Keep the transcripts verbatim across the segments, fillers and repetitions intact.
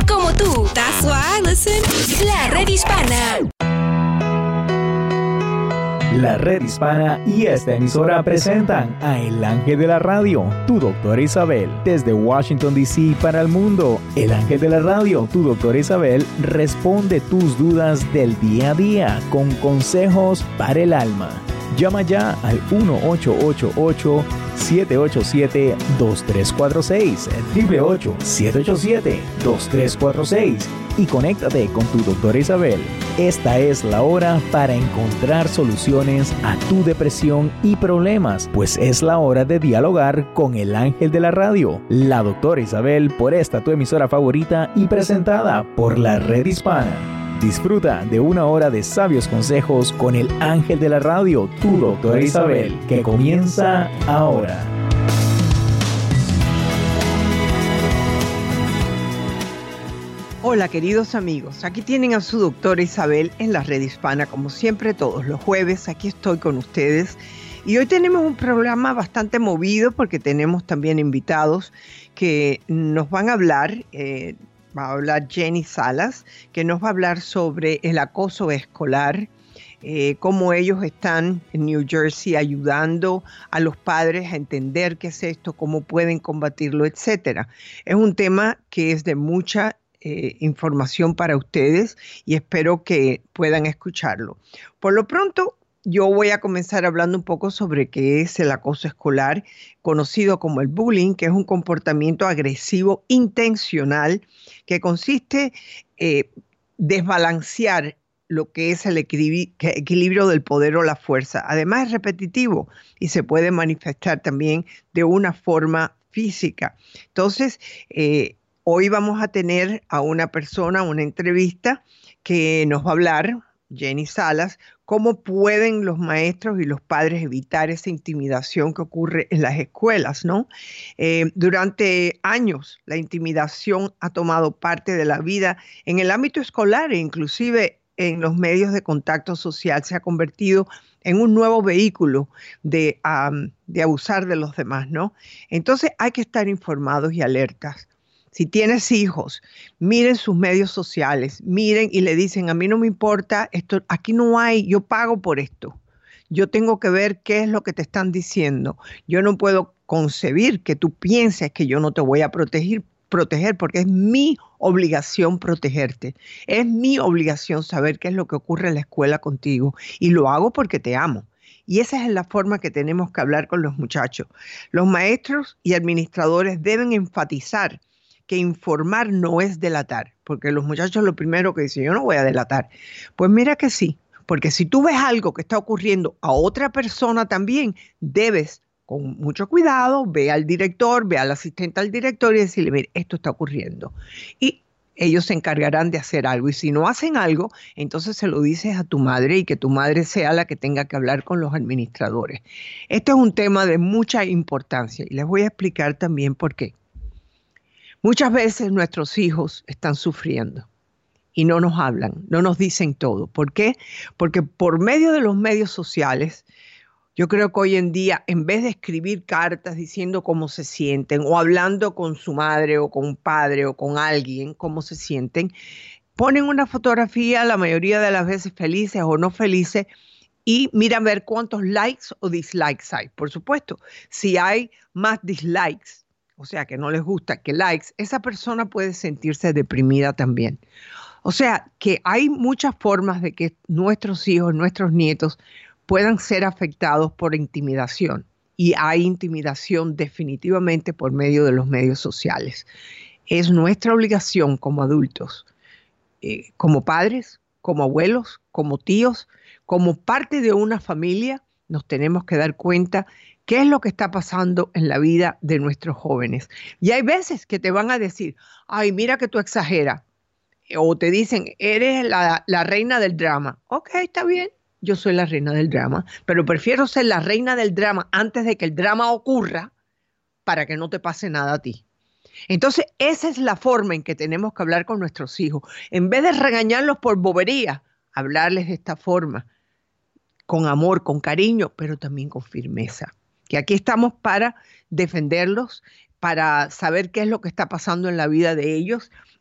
como tú. That's why I listen. La Red Hispana. La Red Hispana y esta emisora presentan a El Ángel de la Radio, tu doctora Isabel. Desde Washington, D C para el mundo, El Ángel de la Radio, tu doctora Isabel, responde tus dudas del día a día con consejos para el alma. Llama ya al uno ocho ocho ocho, siete ocho siete, dos tres cuatro seis, ocho ocho ocho, siete ocho siete, dos tres cuatro seis y conéctate con tu doctora Isabel. Esta es la hora para encontrar soluciones a tu depresión y problemas, pues es la hora de dialogar con el ángel de la radio, la doctora Isabel, por esta tu emisora favorita y presentada por la Red Hispana. Disfruta de una hora de sabios consejos con el ángel de la radio, tu doctora Isabel, que comienza ahora. Hola queridos amigos, aquí tienen a su doctora Isabel en la Red Hispana, como siempre todos los jueves, aquí estoy con ustedes. Y hoy tenemos un programa bastante movido porque tenemos también invitados que nos van a hablar, eh, va a hablar Jenny Salas, que nos va a hablar sobre el acoso escolar, eh, cómo ellos están en New Jersey ayudando a los padres a entender qué es esto, cómo pueden combatirlo, etcétera. Es un tema que es de mucha Eh, información para ustedes y espero que puedan escucharlo. Por lo pronto, yo voy a comenzar hablando un poco sobre qué es el acoso escolar, conocido como el bullying, que es un comportamiento agresivo intencional que consiste en eh, desbalancear lo que es el equilibrio, equilibrio del poder o la fuerza. Además es repetitivo y se puede manifestar también de una forma física. Entonces, eh, hoy vamos a tener a una persona, una entrevista que nos va a hablar, Jenny Salas, cómo pueden los maestros y los padres evitar esa intimidación que ocurre en las escuelas, ¿no? Eh, durante años la intimidación ha tomado parte de la vida en el ámbito escolar e inclusive en los medios de contacto social. Se ha convertido en un nuevo vehículo de, um, de abusar de los demás, ¿no? Entonces hay que estar informados y alertas. Si tienes hijos, miren sus medios sociales, miren y le dicen, a mí no me importa, esto, aquí no hay, yo pago por esto. Yo tengo que ver qué es lo que te están diciendo. Yo no puedo concebir que tú pienses que yo no te voy a proteger, proteger porque es mi obligación protegerte. Es mi obligación saber qué es lo que ocurre en la escuela contigo y lo hago porque te amo. Y esa es la forma que tenemos que hablar con los muchachos. Los maestros y administradores deben enfatizar que informar no es delatar, porque los muchachos lo primero que dicen, yo no voy a delatar. Pues mira que sí, porque si tú ves algo que está ocurriendo a otra persona también, debes, con mucho cuidado, ve al director, ve al asistente al director y decirle, mire, esto está ocurriendo. Y ellos se encargarán de hacer algo. Y si no hacen algo, entonces se lo dices a tu madre y que tu madre sea la que tenga que hablar con los administradores. Este es un tema de mucha importancia y les voy a explicar también por qué. Muchas veces nuestros hijos están sufriendo y no nos hablan, no nos dicen todo. ¿Por qué? Porque por medio de los medios sociales, yo creo que hoy en día, en vez de escribir cartas diciendo cómo se sienten o hablando con su madre o con un padre o con alguien cómo se sienten, ponen una fotografía la mayoría de las veces felices o no felices y miran ver cuántos likes o dislikes hay. Por supuesto, si hay más dislikes, o sea, que no les gusta, que likes, esa persona puede sentirse deprimida también. O sea, que hay muchas formas de que nuestros hijos, nuestros nietos puedan ser afectados por intimidación. Y hay intimidación definitivamente por medio de los medios sociales. Es nuestra obligación como adultos, eh, como padres, como abuelos, como tíos, como parte de una familia, nos tenemos que dar cuenta qué es lo que está pasando en la vida de nuestros jóvenes. Y hay veces que te van a decir, ay, mira que tú exageras. O te dicen, eres la, la reina del drama. Ok, está bien, yo soy la reina del drama, pero prefiero ser la reina del drama antes de que el drama ocurra para que no te pase nada a ti. Entonces, esa es la forma en que tenemos que hablar con nuestros hijos. En vez de regañarlos por bobería, hablarles de esta forma, con amor, con cariño, pero también con firmeza. Que aquí estamos para defenderlos, para saber qué es lo que está pasando en la vida de ellos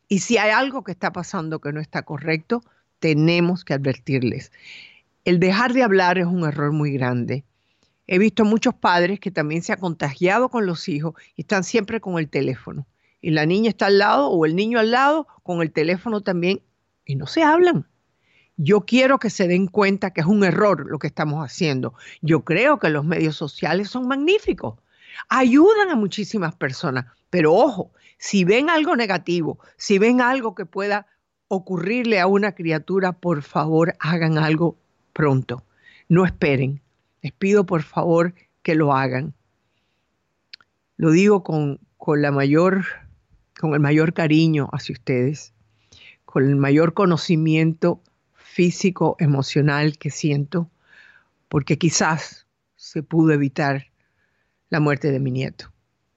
Y si hay algo que está pasando que no está correcto, tenemos que advertirles. El dejar de hablar es un error muy grande. He visto muchos padres que también se han contagiado con los hijos y están siempre con el teléfono. Y la niña está al lado o el niño al lado con el teléfono también y no se hablan. Yo quiero que se den cuenta que es un error lo que estamos haciendo. Yo creo que los medios sociales son magníficos. Ayudan a muchísimas personas, pero ojo, si ven algo negativo, si ven algo que pueda ocurrirle a una criatura, por favor, hagan algo pronto. No esperen. Les pido, por favor, que lo hagan. Lo digo con, con, la mayor, con el mayor cariño hacia ustedes, con el mayor conocimiento físico, emocional que siento, porque quizás se pudo evitar la muerte de mi nieto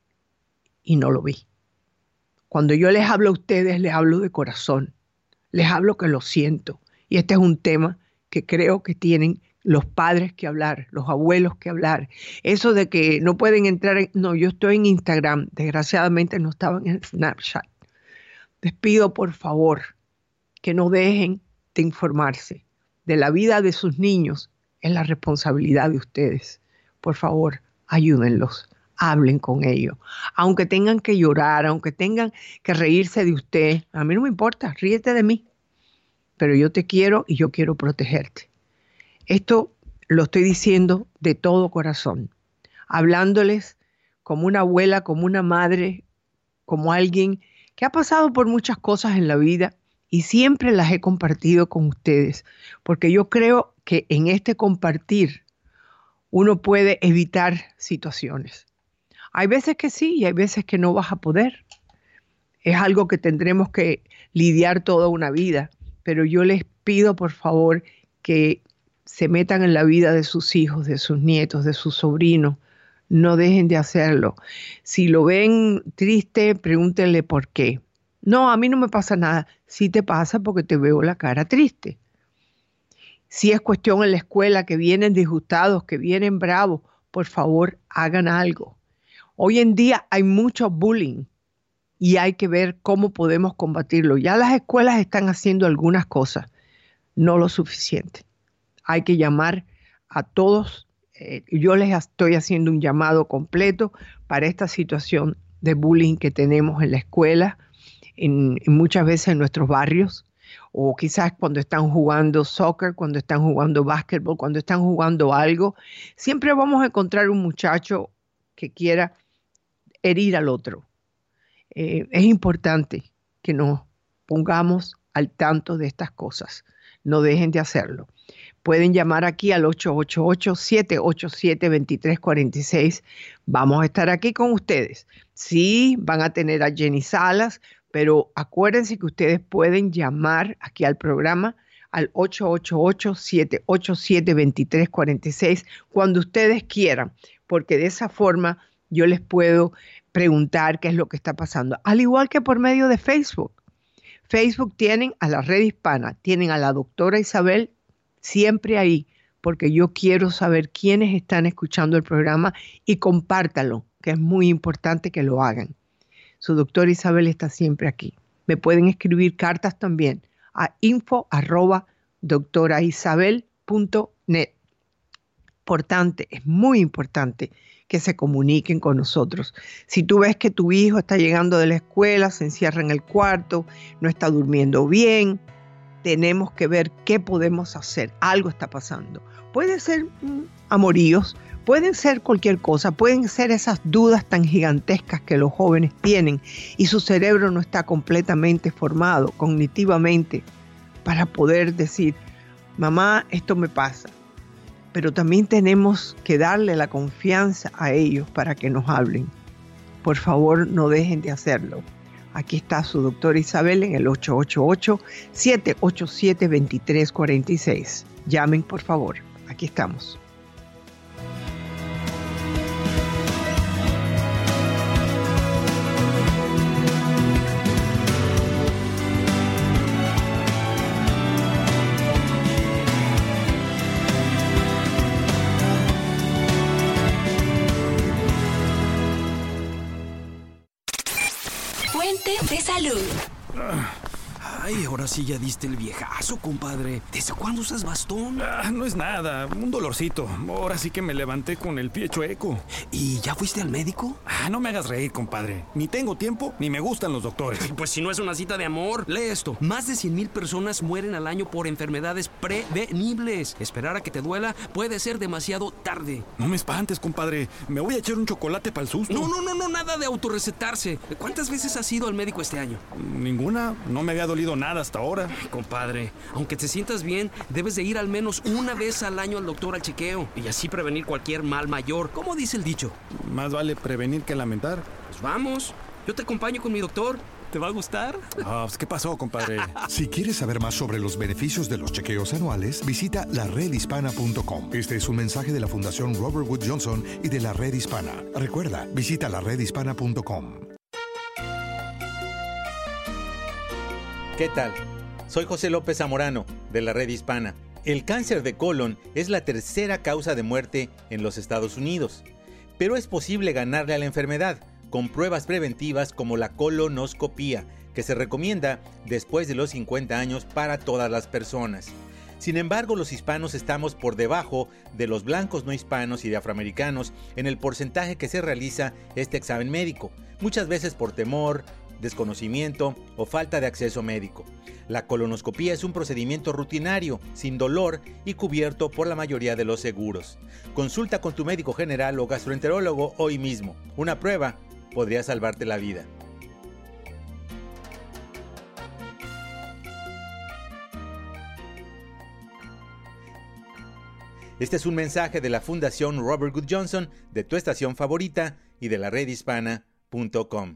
y no lo vi. Cuando yo les hablo a ustedes, les hablo de corazón, les hablo que lo siento, y este es un tema que creo que tienen los padres que hablar, los abuelos que hablar. Eso de que no pueden entrar en... No, yo estoy en Instagram, desgraciadamente no estaba en Snapchat. Les pido por favor que no dejen de informarse de la vida de sus niños. Es la responsabilidad de ustedes. Por favor, ayúdenlos, hablen con ellos. Aunque tengan que llorar, aunque tengan que reírse de usted, a mí no me importa, ríete de mí. Pero yo te quiero y yo quiero protegerte. Esto lo estoy diciendo de todo corazón, hablándoles como una abuela, como una madre, como alguien que ha pasado por muchas cosas en la vida y siempre las he compartido con ustedes, porque yo creo que en este compartir uno puede evitar situaciones. Hay veces que sí y hay veces que no vas a poder. Es algo que tendremos que lidiar toda una vida, pero yo les pido por favor que se metan en la vida de sus hijos, de sus nietos, de sus sobrinos. No dejen de hacerlo. Si lo ven triste, pregúntenle por qué. No, a mí no me pasa nada. Sí te pasa porque te veo la cara triste. Si es cuestión en la escuela que vienen disgustados, que vienen bravos, por favor, hagan algo. Hoy en día hay mucho bullying y hay que ver cómo podemos combatirlo. Ya las escuelas están haciendo algunas cosas, no lo suficiente. Hay que llamar a todos. Eh, yo les estoy haciendo un llamado completo para esta situación de bullying que tenemos en la escuela, en, en muchas veces en nuestros barrios, o quizás cuando están jugando soccer, cuando están jugando básquetbol, cuando están jugando algo. Siempre vamos a encontrar un muchacho que quiera herir al otro. Eh, es importante que nos pongamos al tanto de estas cosas. No dejen de hacerlo. Pueden llamar aquí al ocho ocho ocho, siete ocho siete, dos tres cuatro seis. Vamos a estar aquí con ustedes. Sí, van a tener a Jenny Salas, pero acuérdense que ustedes pueden llamar aquí al programa al ocho ocho ocho, siete ocho siete, dos tres cuatro seis cuando ustedes quieran, porque de esa forma yo les puedo preguntar qué es lo que está pasando. Al igual que por medio de Facebook. Facebook tienen a la Red Hispana, tienen a la doctora Isabel siempre ahí, porque yo quiero saber quiénes están escuchando el programa y compártalo, que es muy importante que lo hagan. Su doctora Isabel está siempre aquí. Me pueden escribir cartas también a info arroba doctora isabel punto net. Importante, es muy importante que se comuniquen con nosotros. Si tú ves que tu hijo está llegando de la escuela, se encierra en el cuarto, no está durmiendo bien, tenemos que ver qué podemos hacer. Algo está pasando. Puede ser mm, amoríos, pueden ser cualquier cosa, pueden ser esas dudas tan gigantescas que los jóvenes tienen y su cerebro no está completamente formado cognitivamente para poder decir, mamá, esto me pasa. Pero también tenemos que darle la confianza a ellos para que nos hablen. Por favor, no dejen de hacerlo. Aquí está su doctora Isabel en el ocho ocho ocho, siete ocho siete, dos tres cuatro seis. Llamen, por favor. Aquí estamos. De salud. Ay, ahora sí ya diste el viejazo, compadre. ¿Desde cuándo usas bastón? Ah, no es nada, un dolorcito. Ahora sí que me levanté con el pie chueco. ¿Y ya fuiste al médico? Ah, no me hagas reír, compadre. Ni tengo tiempo, ni me gustan los doctores. Pues si no es una cita de amor, lee esto. Más de cien mil personas mueren al año por enfermedades prevenibles. Esperar a que te duela puede ser demasiado tarde. No me espantes, compadre. Me voy a echar un chocolate para el susto. No, no, no, no, nada de autorrecetarse. ¿Cuántas veces has ido al médico este año? Ninguna. No me había dolido nada hasta ahora. Ay, compadre, aunque te sientas bien, debes de ir al menos una vez al año al doctor al chequeo y así prevenir cualquier mal mayor. ¿Cómo dice el dicho? Más vale prevenir que lamentar. Pues vamos, yo te acompaño con mi doctor. ¿Te va a gustar? Ah, pues, ¿qué pasó, compadre? Si quieres saber más sobre los beneficios de los chequeos anuales, visita la red hispana punto com. Este es un mensaje de la Fundación Robert Wood Johnson y de la Red Hispana. Recuerda, visita la red hispana punto com. ¿Qué tal? Soy José López Zamorano, de la Red Hispana. El cáncer de colon es la tercera causa de muerte en los Estados Unidos, pero es posible ganarle a la enfermedad con pruebas preventivas como la colonoscopía, que se recomienda después de los cincuenta años para todas las personas. Sin embargo, los hispanos estamos por debajo de los blancos no hispanos y de afroamericanos en el porcentaje que se realiza este examen médico, muchas veces por temor, desconocimiento o falta de acceso médico. La colonoscopía es un procedimiento rutinario, sin dolor y cubierto por la mayoría de los seguros. Consulta con tu médico general o gastroenterólogo hoy mismo. Una prueba podría salvarte la vida. Este es un mensaje de la Fundación Robert Wood Johnson, de tu estación favorita y de la red hispana punto com.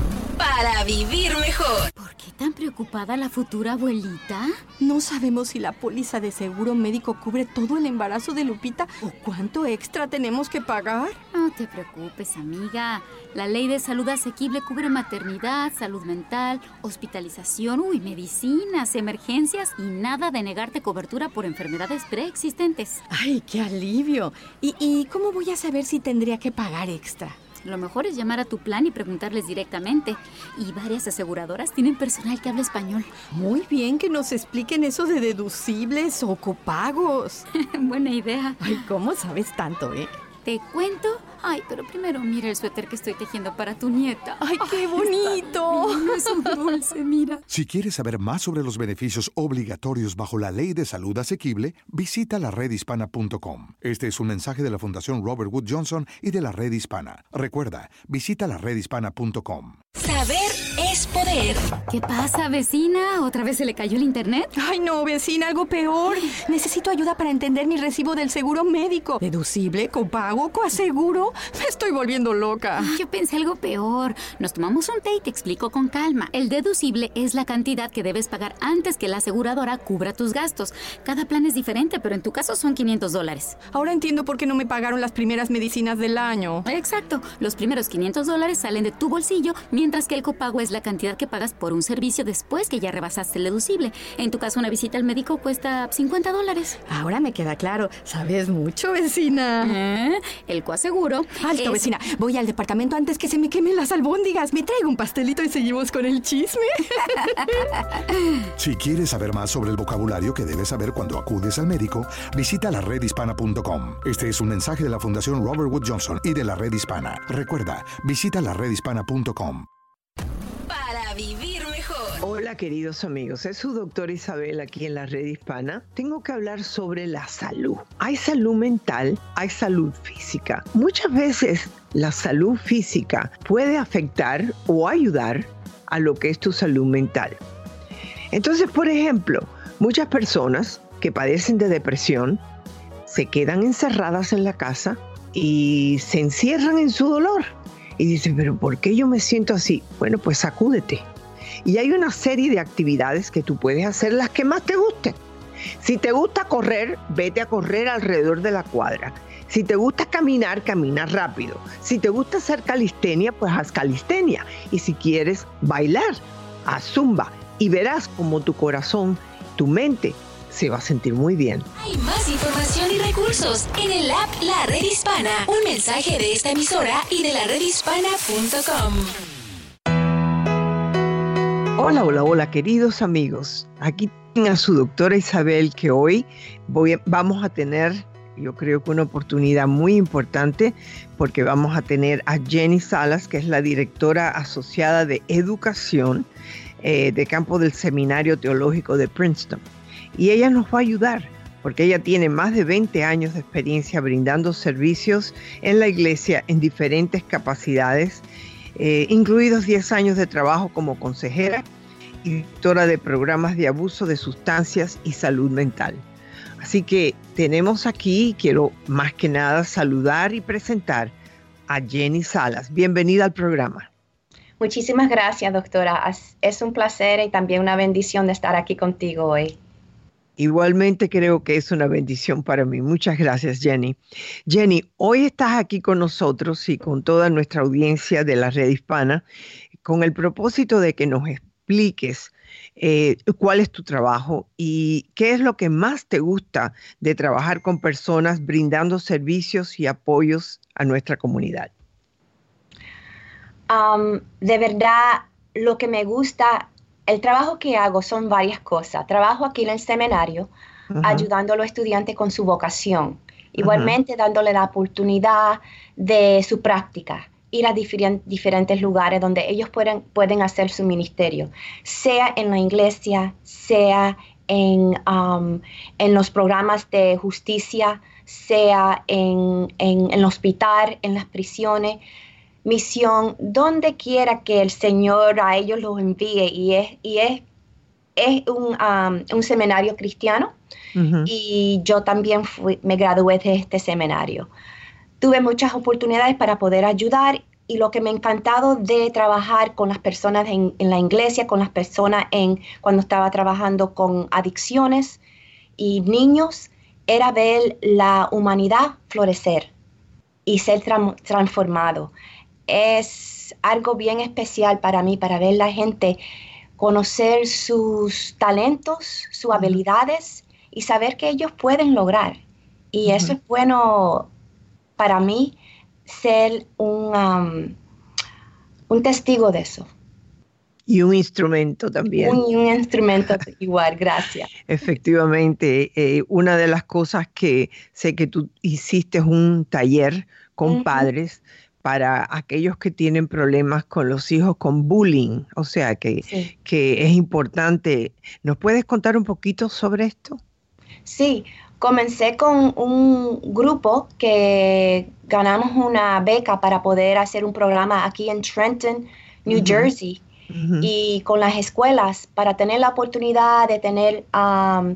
Para vivir mejor. ¿Por qué tan preocupada la futura abuelita? No sabemos si la póliza de seguro médico cubre todo el embarazo de Lupita o cuánto extra tenemos que pagar. No te preocupes, amiga. La ley de salud asequible cubre maternidad, salud mental, hospitalización, uy, medicinas, emergencias y nada de negarte cobertura por enfermedades preexistentes. ¡Ay, qué alivio! ¿Y, y cómo voy a saber si tendría que pagar extra? Lo mejor es llamar a tu plan y preguntarles directamente. Y varias aseguradoras tienen personal que habla español. Muy bien que nos expliquen eso de deducibles o copagos. Buena idea. Ay, ¿cómo sabes tanto, eh? ¿Te cuento? Ay, pero primero mira el suéter que estoy tejiendo para tu nieta. ¡Ay, qué bonito! No es un dulce, mira. Si quieres saber más sobre los beneficios obligatorios bajo la ley de salud asequible, visita la red hispana punto com. Este es un mensaje de la Fundación Robert Wood Johnson y de la Red Hispana. Recuerda, visita la red hispana punto com. Saber es poder. ¿Qué pasa, vecina? ¿Otra vez se le cayó el internet? Ay, no, vecina, algo peor. Necesito ayuda para entender mi recibo del seguro médico. ¿Deducible, copago, coaseguro? Me estoy volviendo loca. Yo pensé algo peor. Nos tomamos un té y te explico con calma. El deducible es la cantidad que debes pagar antes que la aseguradora cubra tus gastos. Cada plan es diferente, pero en tu caso son quinientos dólares. Ahora entiendo por qué no me pagaron las primeras medicinas del año. Exacto. Los primeros quinientos dólares salen de tu bolsillo, mientras que el copago es la cantidad que pagas por un servicio después que ya rebasaste el deducible. En tu caso, una visita al médico cuesta cincuenta dólares. Ahora me queda claro. Sabes mucho, vecina. ¿Eh? El coaseguro... Alto, es... vecina. Voy al departamento antes que se me quemen las albóndigas. Me traigo un pastelito y seguimos con el chisme. Si quieres saber más sobre el vocabulario que debes saber cuando acudes al médico, visita la red hispana punto com. Este es un mensaje de la Fundación Robert Wood Johnson y de la Red Hispana. Recuerda, visita la red hispana punto com. Para vivir mejor. Hola, queridos amigos. Es su doctora Isabel aquí en la Red Hispana. Tengo que hablar sobre la salud. Hay salud mental, hay salud física. Muchas veces la salud física puede afectar o ayudar a lo que es tu salud mental. Entonces, por ejemplo, muchas personas que padecen de depresión se quedan encerradas en la casa y se encierran en su dolor. Y dicen, ¿pero por qué yo me siento así? Bueno, pues sacúdete. Y hay una serie de actividades que tú puedes hacer, las que más te gusten. Si te gusta correr, vete a correr alrededor de la cuadra. Si te gusta caminar, camina rápido. Si te gusta hacer calistenia, pues haz calistenia. Y si quieres bailar, haz zumba. Y verás como tu corazón, tu mente, se va a sentir muy bien. Hay más información y recursos en el app La Red Hispana. Un mensaje de esta emisora y de la red hispana punto com. Hola, hola, hola, queridos amigos. Aquí tienen a su doctora Isabel, que hoy voy a, vamos a tener, yo creo que una oportunidad muy importante, porque vamos a tener a Jenny Salas, que es la directora asociada de educación eh, de campo del Seminario Teológico de Princeton. Y ella nos va a ayudar, porque ella tiene más de veinte años de experiencia brindando servicios en la iglesia en diferentes capacidades, eh, incluidos diez años de trabajo como consejera y directora de programas de abuso de sustancias y salud mental. Así que tenemos aquí, quiero más que nada saludar y presentar a Jenny Salas. Bienvenida al programa. Muchísimas gracias, doctora. Es un placer y también una bendición de estar aquí contigo hoy. Igualmente creo que es una bendición para mí. Muchas gracias, Jenny. Jenny, hoy estás aquí con nosotros y con toda nuestra audiencia de la Red Hispana con el propósito de que nos expliques eh, cuál es tu trabajo y qué es lo que más te gusta de trabajar con personas brindando servicios y apoyos a nuestra comunidad. Um, de verdad, lo que me gusta... El trabajo que hago son varias cosas. Trabajo aquí en el seminario, uh-huh. ayudando a los estudiantes con su vocación. Igualmente uh-huh. dándole la oportunidad de su práctica, ir a diferent, diferentes lugares donde ellos pueden, pueden hacer su ministerio, sea en la iglesia, sea en, um, en los programas de justicia, sea en, en, en el hospital, en las prisiones, misión, donde quiera que el Señor a ellos los envíe, y es, y es, es un, um, un seminario cristiano, uh-huh. y yo también fui, me gradué de este seminario. Tuve muchas oportunidades para poder ayudar, y lo que me ha encantado de trabajar con las personas en, en la iglesia, con las personas en, cuando estaba trabajando con adicciones y niños, era ver la humanidad florecer y ser tra- transformado. Es algo bien especial para mí, para ver la gente conocer sus talentos, sus uh-huh. habilidades y saber que ellos pueden lograr. Y uh-huh. eso es bueno para mí, ser un, um, un testigo de eso. Y un instrumento también. Un, un instrumento igual, gracias. Efectivamente, eh, una de las cosas que sé que tú hiciste es un taller con uh-huh. padres para aquellos que tienen problemas con los hijos con bullying, o sea que, sí. que es importante. ¿Nos puedes contar un poquito sobre esto? Sí, comencé con un grupo que ganamos una beca para poder hacer un programa aquí en Trenton, New uh-huh. Jersey, uh-huh. y con las escuelas para tener la oportunidad de tener um,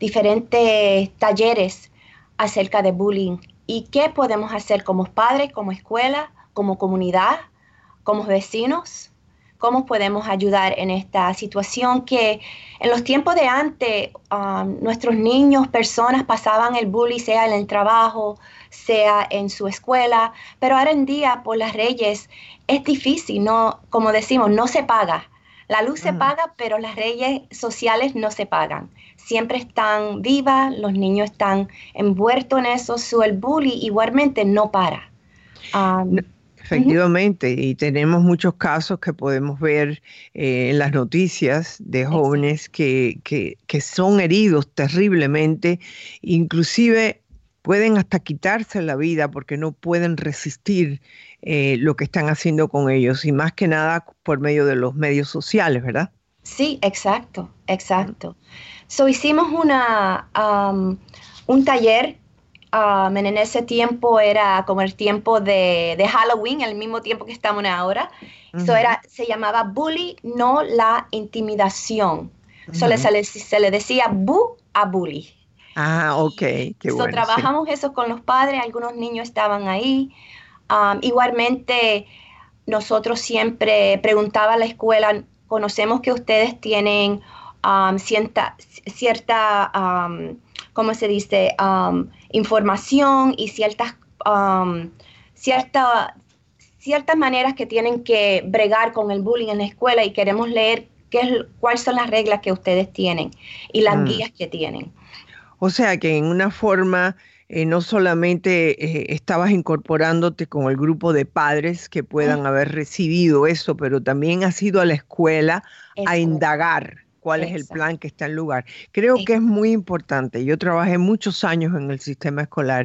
diferentes talleres acerca de bullying. ¿Y qué podemos hacer como padres, como escuela, como comunidad, como vecinos? ¿Cómo podemos ayudar en esta situación que en los tiempos de antes um, nuestros niños, personas pasaban el bullying, sea en el trabajo, sea en su escuela, pero ahora en día por las leyes es difícil, no, como decimos, no se paga. La luz uh-huh. se paga, pero las leyes sociales no se pagan. Siempre están vivas, los niños están envueltos en eso, so el bullying igualmente no para. Um, no, efectivamente, uh-huh. y tenemos muchos casos que podemos ver eh, en las noticias de jóvenes que, que, que son heridos terriblemente, inclusive pueden hasta quitarse la vida porque no pueden resistir eh, lo que están haciendo con ellos, y más que nada por medio de los medios sociales, ¿verdad? Sí, exacto, exacto. So hicimos una, um, un taller, um, en ese tiempo era como el tiempo de, de Halloween, el mismo tiempo que estamos ahora. Uh-huh. So era, se llamaba Bully, no la intimidación. Uh-huh. So le, se, le, se le decía bu a bully. Ah, ok, qué so bueno. Trabajamos sí. eso con los padres, algunos niños estaban ahí. Um, igualmente, nosotros siempre preguntaba a la escuela, conocemos que ustedes tienen um, cierta, cierta um, ¿cómo se dice? Um, información y ciertas, um, cierta, ciertas maneras que tienen que bregar con el bullying en la escuela, y queremos leer qué es, cuáles son las reglas que ustedes tienen y las mm. guías que tienen. O sea que en una forma eh, no solamente eh, estabas incorporándote con el grupo de padres que puedan haber recibido eso, pero también has ido a la escuela Eso. a indagar cuál Exacto. es el plan que está en lugar. Creo que es muy importante. Yo trabajé muchos años en el sistema escolar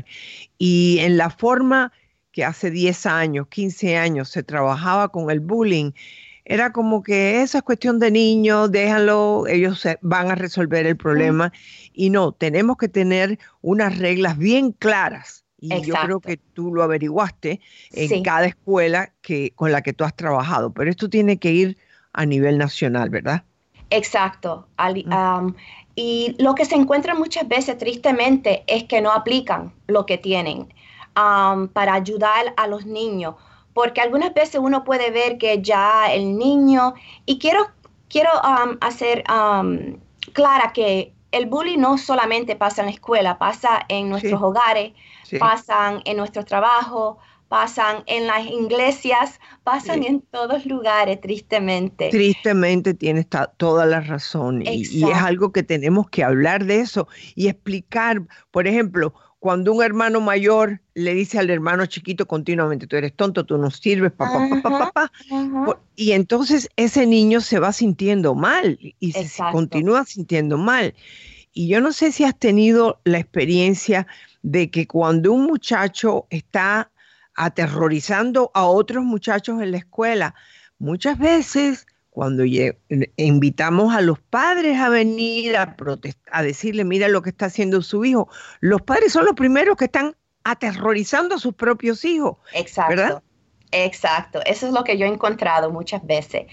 y en la forma que hace diez años, quince años se trabajaba con el bullying, era como que esa es cuestión de niños, déjalo, ellos se van a resolver el problema. Mm. Y no, tenemos que tener unas reglas bien claras. Y Exacto. yo creo que tú lo averiguaste en sí. cada escuela que, con la que tú has trabajado. Pero esto tiene que ir a nivel nacional, ¿verdad? Exacto. Um, y lo que se encuentra muchas veces, tristemente, es que no aplican lo que tienen um, para ayudar a los niños. Porque algunas veces uno puede ver que ya el niño, y quiero, quiero um, hacer um, clara que el bullying no solamente pasa en la escuela, pasa en nuestros sí. hogares, sí. pasan en nuestro trabajo, pasan en las iglesias, pasan sí. en todos lugares, tristemente. Tristemente tienes toda la razón y, y es algo que tenemos que hablar de eso y explicar. Por ejemplo, cuando un hermano mayor le dice al hermano chiquito continuamente, tú eres tonto, tú no sirves, papá, papá, papá, papá. Y entonces ese niño se va sintiendo mal y se Exacto. continúa sintiendo mal. Y yo no sé si has tenido la experiencia de que cuando un muchacho está aterrorizando a otros muchachos en la escuela, muchas veces cuando invitamos a los padres a venir a protestar, a decirle, mira lo que está haciendo su hijo, los padres son los primeros que están aterrorizando a sus propios hijos. Exacto, ¿verdad? Exacto. Eso es lo que yo he encontrado muchas veces.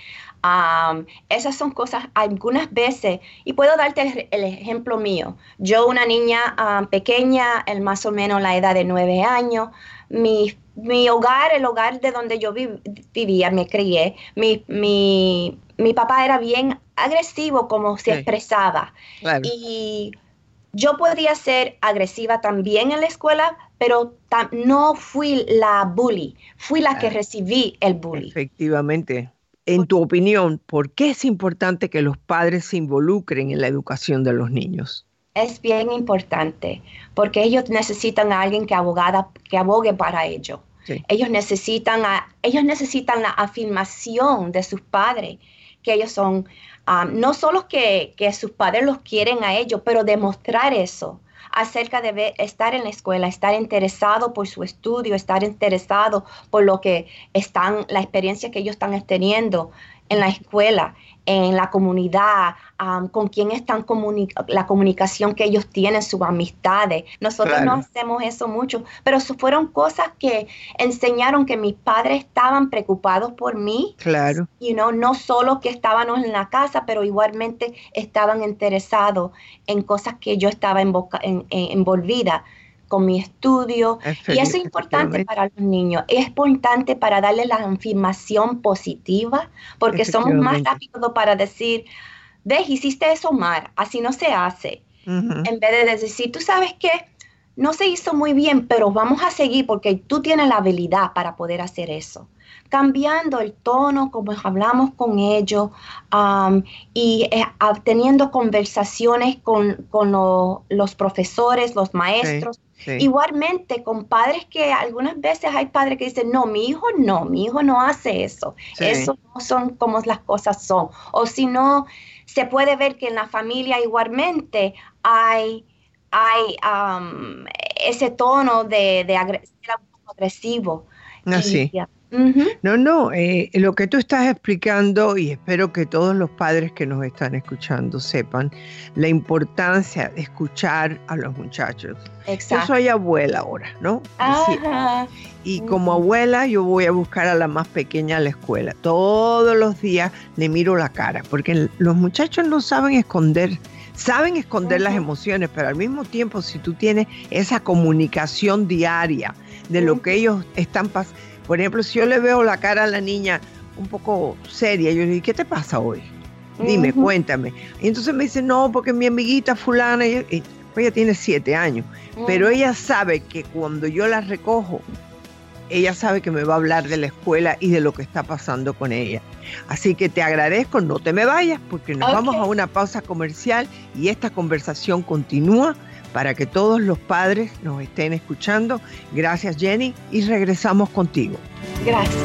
Um, esas son cosas, algunas veces, y puedo darte el, el ejemplo mío. Yo, una niña um, pequeña, el más o menos la edad de nueve años, mi Mi hogar, el hogar de donde yo vi, vivía, me crié, mi, mi, mi papá era bien agresivo como se sí. expresaba. Claro. Y yo podría ser agresiva también en la escuela, pero tam, no fui la bully, fui la que recibí el bully. Efectivamente. En tu opinión, ¿por qué es importante que los padres se involucren en la educación de los niños? Es bien importante, porque ellos necesitan a alguien que, abogada, que abogue para ellos. Sí. Ellos necesitan, a, ellos necesitan la afirmación de sus padres, que ellos son, um, no solo que, que sus padres los quieren a ellos, pero demostrar eso acerca de ver, estar en la escuela, estar interesado por su estudio, estar interesado por lo que están, la experiencia que ellos están teniendo en la escuela, en la comunidad, um, con quién están comunica- la comunicación que ellos tienen, sus amistades. Nosotros claro. no hacemos eso mucho, pero eso fueron cosas que enseñaron que mis padres estaban preocupados por mí. Claro. You know, no solo que estábamos en la casa, pero igualmente estaban interesados en cosas que yo estaba envoca- en, en, envolvida con mi estudio, y eso es importante para los niños, es importante para darles la afirmación positiva, porque somos más rápidos para decir, ves, hiciste eso mal, así no se hace, uh-huh. en vez de decir, tú sabes qué, no se hizo muy bien, pero vamos a seguir porque tú tienes la habilidad para poder hacer eso. Cambiando el tono, como hablamos con ellos, um, y eh, teniendo conversaciones con, con lo, los profesores, los maestros, sí. Sí. Igualmente con padres que algunas veces hay padres que dicen, no, mi hijo no, mi hijo no hace eso. Sí. Eso no son como las cosas son. O si no, se puede ver que en la familia igualmente hay, hay um, ese tono de, de agres- agresivo. Así. Y, uh-huh. No, no, eh, lo que tú estás explicando, y espero que todos los padres que nos están escuchando sepan la importancia de escuchar a los muchachos. Exacto. Yo soy abuela ahora, ¿no? Ajá. Y como abuela yo voy a buscar a la más pequeña a la escuela. Todos los días le miro la cara, porque los muchachos no saben esconder, saben esconder uh-huh. las emociones, pero al mismo tiempo si tú tienes esa comunicación diaria de uh-huh. lo que ellos están pasando. Por ejemplo, si yo le veo la cara a la niña un poco seria, yo le digo, ¿qué te pasa hoy? Dime, uh-huh. cuéntame. Y entonces me dice, no, porque mi amiguita fulana, y, y, pues ella tiene siete años, uh-huh. pero ella sabe que cuando yo la recojo, ella sabe que me va a hablar de la escuela y de lo que está pasando con ella. Así que te agradezco, no te me vayas, porque nos okay. vamos a una pausa comercial y esta conversación continúa para que todos los padres nos estén escuchando. Gracias, Jenny, y regresamos contigo. Gracias.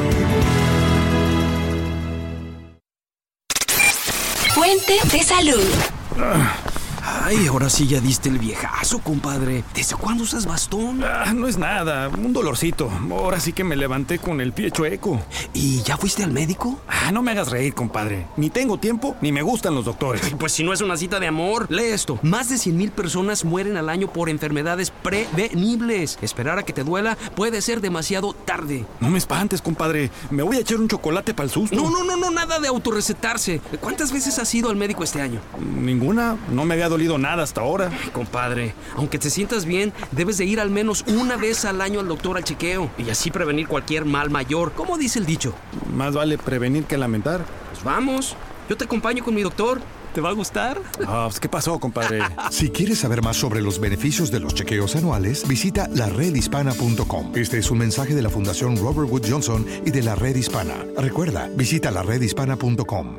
Fuente de salud. Ay, ahora sí ya diste el viejazo, compadre. ¿Desde cuándo usas bastón? Ah, no es nada, un dolorcito. Ahora sí que me levanté con el pie chueco. ¿Y ya fuiste al médico? Ah, no me hagas reír, compadre. Ni tengo tiempo, ni me gustan los doctores. Pues si no es una cita de amor, lee esto. Más de cien mil personas mueren al año por enfermedades prevenibles. Esperar a que te duela puede ser demasiado tarde. No me espantes, compadre. Me voy a echar un chocolate para el susto. No, no, no, no, nada de autorrecetarse. ¿Cuántas veces has ido al médico este año? Ninguna. No me había dolido nada hasta ahora. Ay, compadre, aunque te sientas bien, debes de ir al menos una vez al año al doctor al chequeo y así prevenir cualquier mal mayor. ¿Cómo dice el dicho? Más vale prevenir que lamentar. Pues vamos, yo te acompaño con mi doctor. ¿Te va a gustar? Ah, pues, ¿qué pasó, compadre? Si quieres saber más sobre los beneficios de los chequeos anuales, visita la red hispana punto com. Este es un mensaje de la Fundación Robert Wood Johnson y de la Red Hispana. Recuerda, visita la red hispana punto com.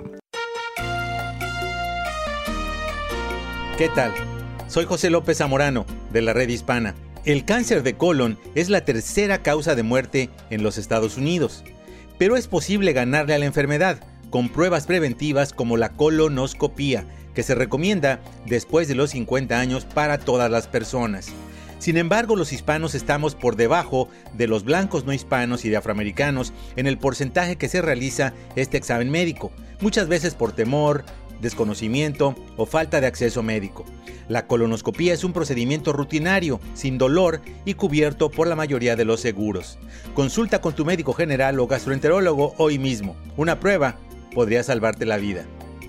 ¿Qué tal? Soy José López Zamorano, de la Red Hispana. El cáncer de colon es la tercera causa de muerte en los Estados Unidos. Pero es posible ganarle a la enfermedad con pruebas preventivas como la colonoscopía, que se recomienda después de los cincuenta años para todas las personas. Sin embargo, los hispanos estamos por debajo de los blancos no hispanos y de afroamericanos en el porcentaje que se realiza este examen médico, muchas veces por temor, desconocimiento o falta de acceso médico. La colonoscopía es un procedimiento rutinario, sin dolor y cubierto por la mayoría de los seguros. Consulta con tu médico general o gastroenterólogo hoy mismo. Una prueba podría salvarte la vida.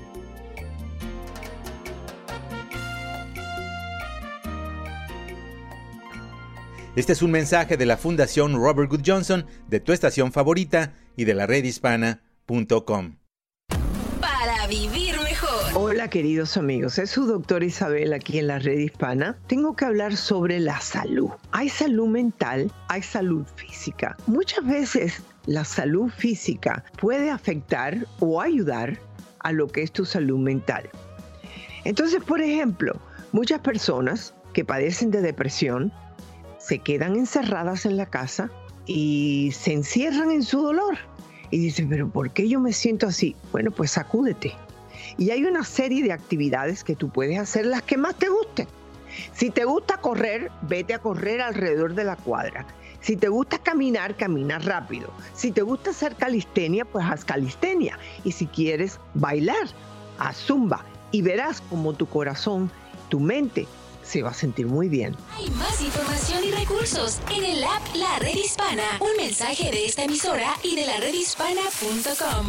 Este es un mensaje de la Fundación Robert Wood Johnson, de tu estación favorita y de la red hispana punto com. Para vivir mejor. Hola, queridos amigos, es su doctora Isabel aquí en la Red Hispana. Tengo que hablar sobre la salud. Hay salud mental, hay salud física. Muchas veces la salud física puede afectar o ayudar a lo que es tu salud mental. Entonces, por ejemplo, muchas personas que padecen de depresión se quedan encerradas en la casa y se encierran en su dolor. Y dicen, ¿pero por qué yo me siento así? Bueno, pues sacúdete. Y hay una serie de actividades que tú puedes hacer, las que más te gusten. Si te gusta correr, vete a correr alrededor de la cuadra. Si te gusta caminar, camina rápido. Si te gusta hacer calistenia, pues haz calistenia. Y si quieres bailar, haz zumba. Y verás como tu corazón, tu mente, se va a sentir muy bien. Hay más información y recursos en el app La Red Hispana. Un mensaje de esta emisora y de la red hispana punto com.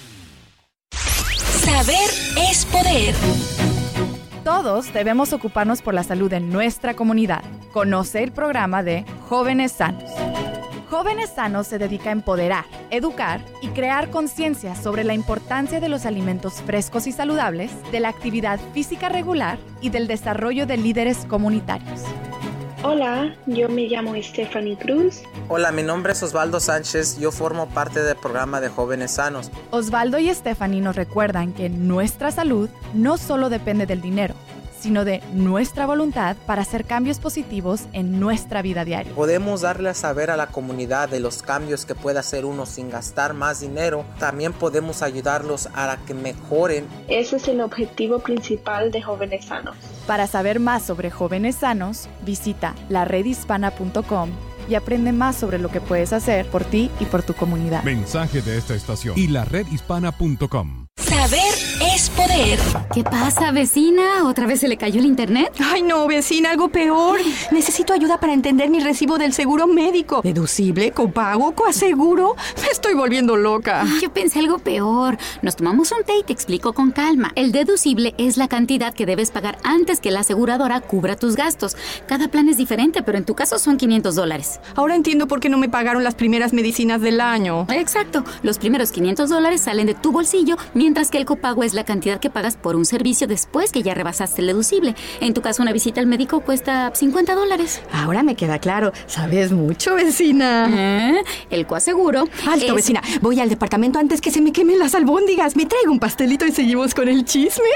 Saber es poder. Todos debemos ocuparnos por la salud de nuestra comunidad. Conoce el programa de Jóvenes Sanos. Jóvenes Sanos se dedica a empoderar, educar y crear conciencia sobre la importancia de los alimentos frescos y saludables, de la actividad física regular y del desarrollo de líderes comunitarios. Hola, yo me llamo Stephanie Cruz. Hola, mi nombre es Osvaldo Sánchez, yo formo parte del programa de Jóvenes Sanos. Osvaldo y Stephanie nos recuerdan que nuestra salud no solo depende del dinero, sino de nuestra voluntad para hacer cambios positivos en nuestra vida diaria. Podemos darle a saber a la comunidad de los cambios que puede hacer uno sin gastar más dinero. También podemos ayudarlos a que mejoren. Ese es el objetivo principal de Jóvenes Sanos. Para saber más sobre Jóvenes Sanos, visita la red hispana punto com y aprende más sobre lo que puedes hacer por ti y por tu comunidad. Mensaje de esta estación y la red hispana punto com. Saber es poder. ¿Qué pasa, vecina? ¿Otra vez se le cayó el internet? Ay, no, vecina, algo peor. Necesito ayuda para entender mi recibo del seguro médico. ¿Deducible, copago, coaseguro? Me estoy volviendo loca. Yo pensé algo peor. Nos tomamos un té y te explico con calma. El deducible es la cantidad que debes pagar antes que la aseguradora cubra tus gastos. Cada plan es diferente, pero en tu caso son quinientos dólares. Ahora entiendo por qué no me pagaron las primeras medicinas del año. Exacto. Los primeros quinientos dólares salen de tu bolsillo, mientras que el copago es la cantidad que pagas por un servicio después que ya rebasaste el deducible. En tu caso, una visita al médico cuesta cincuenta dólares. Ahora me queda claro. Sabes mucho, vecina. ¿Eh? El coaseguro. Alto, es... vecina. Voy al departamento antes que se me quemen las albóndigas. Me traigo un pastelito y seguimos con el chisme.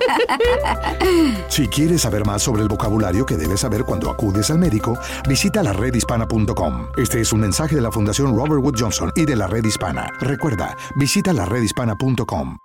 Si quieres saber más sobre el vocabulario que debes saber cuando acudes al médico, visita la red hispana punto com. Este es un mensaje de la Fundación Robert Wood Johnson y de la Red Hispana. Recuerda, visita la red hispana punto com.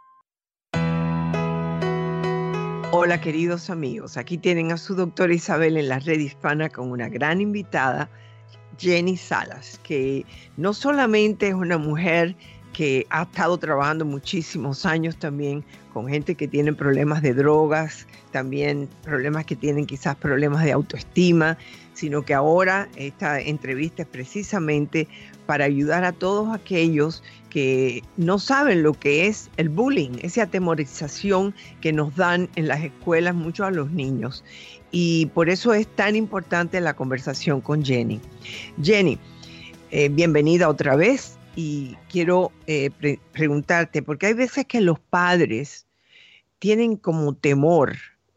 Hola queridos amigos, aquí tienen a su doctora Isabel en la Red Hispana con una gran invitada, Jenny Salas, que no solamente es una mujer que ha estado trabajando muchísimos años también con gente que tiene problemas de drogas, también problemas que tienen quizás problemas de autoestima, sino que ahora esta entrevista es precisamente para ayudar a todos aquellos que no saben lo que es el bullying, esa atemorización que nos dan en las escuelas mucho a los niños. Y por eso es tan importante la conversación con Jenny. Jenny, eh, bienvenida otra vez. Y quiero eh, pre- preguntarte, porque hay veces que los padres tienen como temor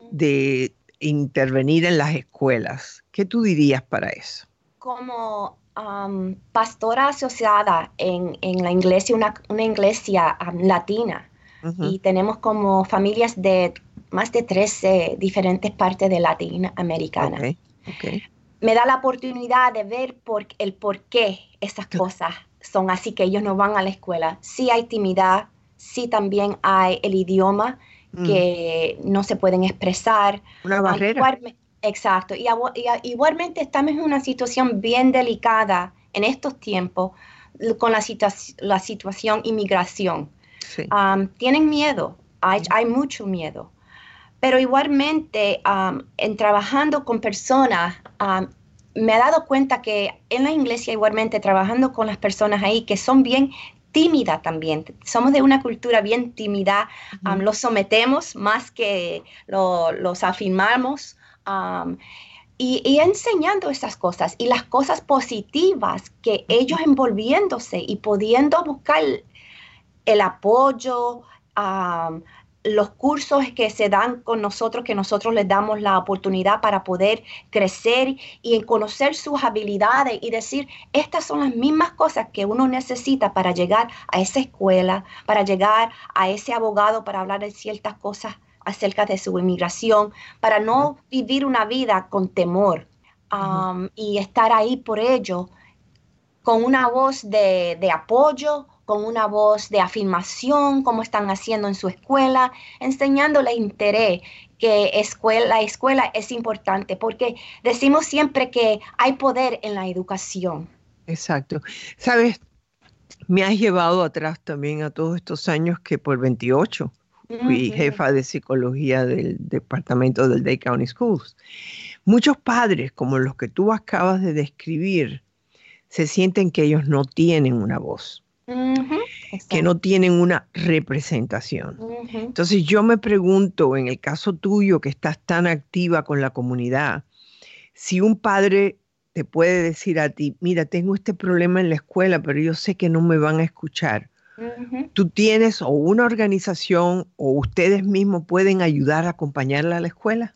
de intervenir en las escuelas. ¿Qué tú dirías para eso? Como um, pastora asociada en, en la iglesia, una, una iglesia um, latina, uh-huh. y tenemos como familias de más de trece diferentes partes de Latinoamericana. Okay. Okay. Me da la oportunidad de ver por, el por qué esas cosas son así, que ellos no van a la escuela. Sí hay timidez, sí también hay el idioma mm. que no se pueden expresar. Una barrera. Igual, exacto. Y, y igualmente estamos en una situación bien delicada en estos tiempos con la, situa- la situación inmigración. Sí. Um, tienen miedo, hay, hay mucho miedo. Pero igualmente, um, en trabajando con personas, um, me he dado cuenta que en la iglesia igualmente trabajando con las personas ahí que son bien tímidas también. Somos de una cultura bien tímida, uh-huh. um, los sometemos más que lo, los afirmamos. Um, y, y enseñando esas cosas y las cosas positivas que ellos envolviéndose y pudiendo buscar el apoyo, um, los cursos que se dan con nosotros, que nosotros les damos la oportunidad para poder crecer y en conocer sus habilidades y decir, estas son las mismas cosas que uno necesita para llegar a esa escuela, para llegar a ese abogado, para hablar de ciertas cosas acerca de su inmigración, para no vivir una vida con temor um, uh-huh. y estar ahí por ello con una voz de, de apoyo, con una voz de afirmación, como están haciendo en su escuela, enseñándoles interés, que escuela, la escuela es importante, porque decimos siempre que hay poder en la educación. Exacto. Sabes, me has llevado atrás también a todos estos años que por veintiocho fui uh-huh. jefa de psicología del departamento del Dade County Schools. Muchos padres, como los que tú acabas de describir, se sienten que ellos no tienen una voz. Uh-huh. Que no tienen una representación. Uh-huh. Entonces yo me pregunto, en el caso tuyo que estás tan activa con la comunidad, si un padre te puede decir a ti, mira, tengo este problema en la escuela, pero yo sé que no me van a escuchar. Uh-huh. Tú tienes o una organización o ustedes mismos pueden ayudar a acompañarla a la escuela.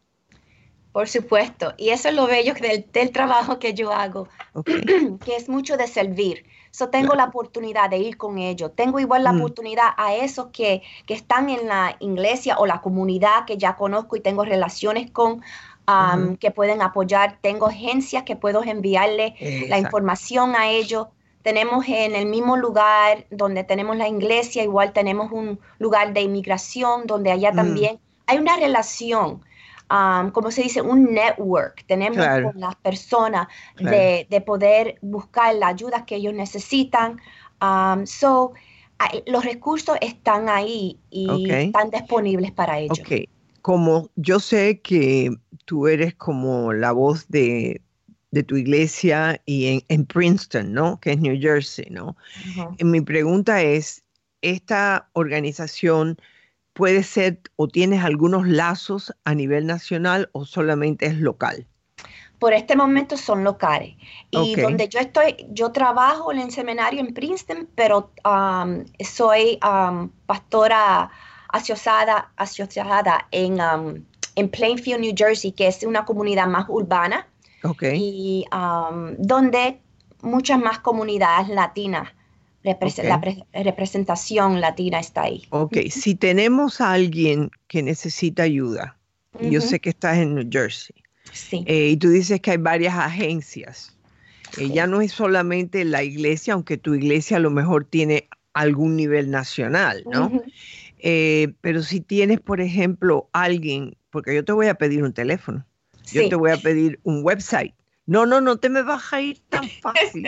Por supuesto, y eso es lo bello del, del trabajo que yo hago, okay. que es mucho de servir. So, tengo claro. la oportunidad de ir con ellos. Tengo igual la mm. oportunidad a esos que, que están en la iglesia o la comunidad que ya conozco y tengo relaciones con, um, uh-huh. que pueden apoyar. Tengo agencias que puedo enviarle Exacto. la información a ellos. Tenemos en el mismo lugar donde tenemos la iglesia, igual tenemos un lugar de inmigración donde allá mm. también hay una relación. Um, como se dice, un network. Tenemos claro. con las personas claro. de, de poder buscar la ayuda que ellos necesitan. Um, so, uh, los recursos están ahí y okay. están disponibles para ellos. Okay. Como yo sé que tú eres como la voz de, de tu iglesia y en, en Princeton, ¿no? Que es New Jersey, ¿no? Uh-huh. Mi pregunta es, ¿esta organización puede ser o tienes algunos lazos a nivel nacional o solamente es local? Por este momento son locales. Y okay. donde yo estoy, yo trabajo en el seminario en Princeton, pero um, soy um, pastora asociada, asociada en, um, en Plainfield, New Jersey, que es una comunidad más urbana. Okay. Y um, donde muchas más comunidades latinas, repres okay. la pre representación latina está ahí. Ok, si tenemos a alguien que necesita ayuda, uh-huh. yo sé que estás en New Jersey, sí. eh, y tú dices que hay varias agencias, sí. eh, ya no es solamente la iglesia, aunque tu iglesia a lo mejor tiene algún nivel nacional, ¿no? Uh-huh. eh, pero si tienes, por ejemplo, alguien, porque yo te voy a pedir un teléfono, yo sí. te voy a pedir un website. No, no, no te me vas a ir tan fácil.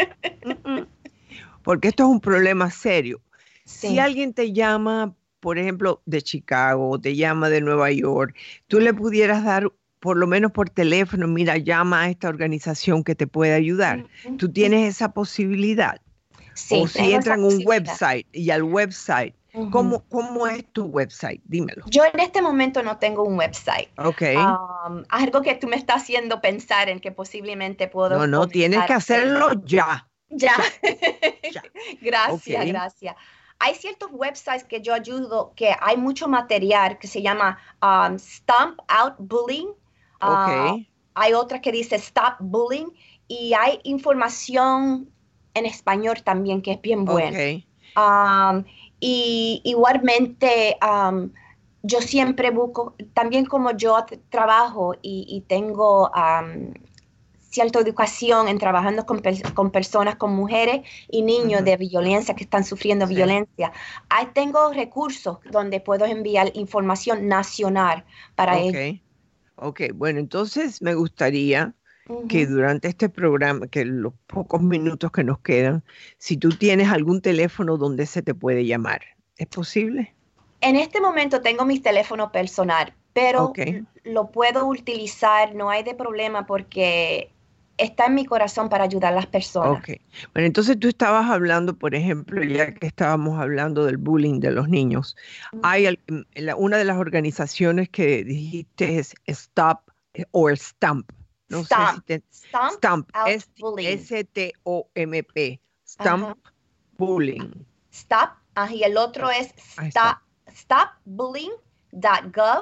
Porque esto es un problema serio. Sí. Si alguien te llama, por ejemplo, de Chicago, te llama de Nueva York, tú le pudieras dar, por lo menos por teléfono, mira, llama a esta organización que te puede ayudar. Uh-huh. ¿Tú tienes esa posibilidad? Sí, o si entran a un website y al website, Uh-huh. ¿Cómo, ¿Cómo es tu website? Dímelo. Yo en este momento no tengo un website. Ok. Um, algo que tú me estás haciendo pensar en que posiblemente puedo... No, no, tienes que hacerlo ya. Ya. ya. Gracias, okay. gracias. Hay ciertos websites que yo ayudo, que hay mucho material que se llama um, Stamp Out Bullying. Uh, ok. Hay otra que dice Stop Bullying. Y hay información en español también que es bien buena. Ok. Um, Y igualmente, um, yo siempre busco, también como yo trabajo y, y tengo um, cierta educación en trabajando con, con personas, con mujeres y niños uh-huh. de violencia que están sufriendo sí. violencia, ahí tengo recursos donde puedo enviar información nacional para okay. ellos. Ok, bueno, entonces me gustaría uh-huh. que durante este programa, que los pocos minutos que nos quedan, si tú tienes algún teléfono donde se te puede llamar, ¿es posible? En este momento tengo mi teléfono personal, pero okay. lo puedo utilizar, no hay de problema porque está en mi corazón para ayudar a las personas. Ok, bueno, entonces tú estabas hablando, por ejemplo, ya que estábamos hablando del bullying de los niños, uh-huh. hay la, una de las organizaciones que dijiste es Stop o Stamp. No Stamp. sé si te, Stamp, Stamp S, S T O M P. Stamp uh-huh. Bullying. Stop. Uh, y el otro es stop, stop bullying dot gov.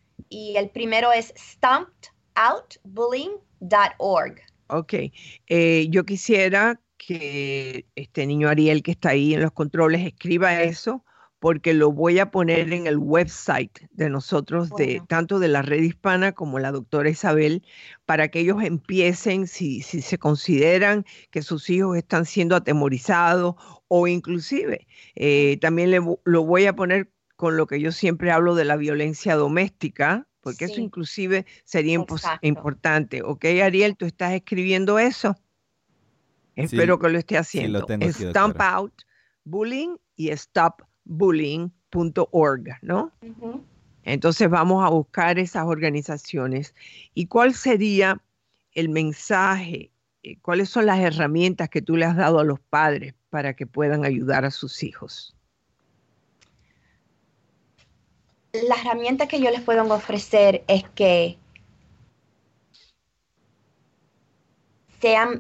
Y el primero es stamped out bullying dot org. Ok. Eh, yo quisiera que este niño Ariel que está ahí en los controles escriba eso, porque lo voy a poner en el website de nosotros, bueno. de tanto de la Red Hispana como la doctora Isabel, para que ellos empiecen, si, si se consideran que sus hijos están siendo atemorizados, o inclusive, eh, también le, lo voy a poner con lo que yo siempre hablo de la violencia doméstica, porque sí. eso inclusive sería importante. ¿Ok, Ariel? ¿Tú estás escribiendo eso? Espero sí, que lo esté haciendo. Sí, lo tengo aquí, Stamp Out Bullying y Stop bullying punto org, ¿no? Uh-huh. Entonces vamos a buscar esas organizaciones. ¿Y cuál sería el mensaje? ¿Cuáles son las herramientas que tú le has dado a los padres para que puedan ayudar a sus hijos? La herramienta que yo les puedo ofrecer es que sean,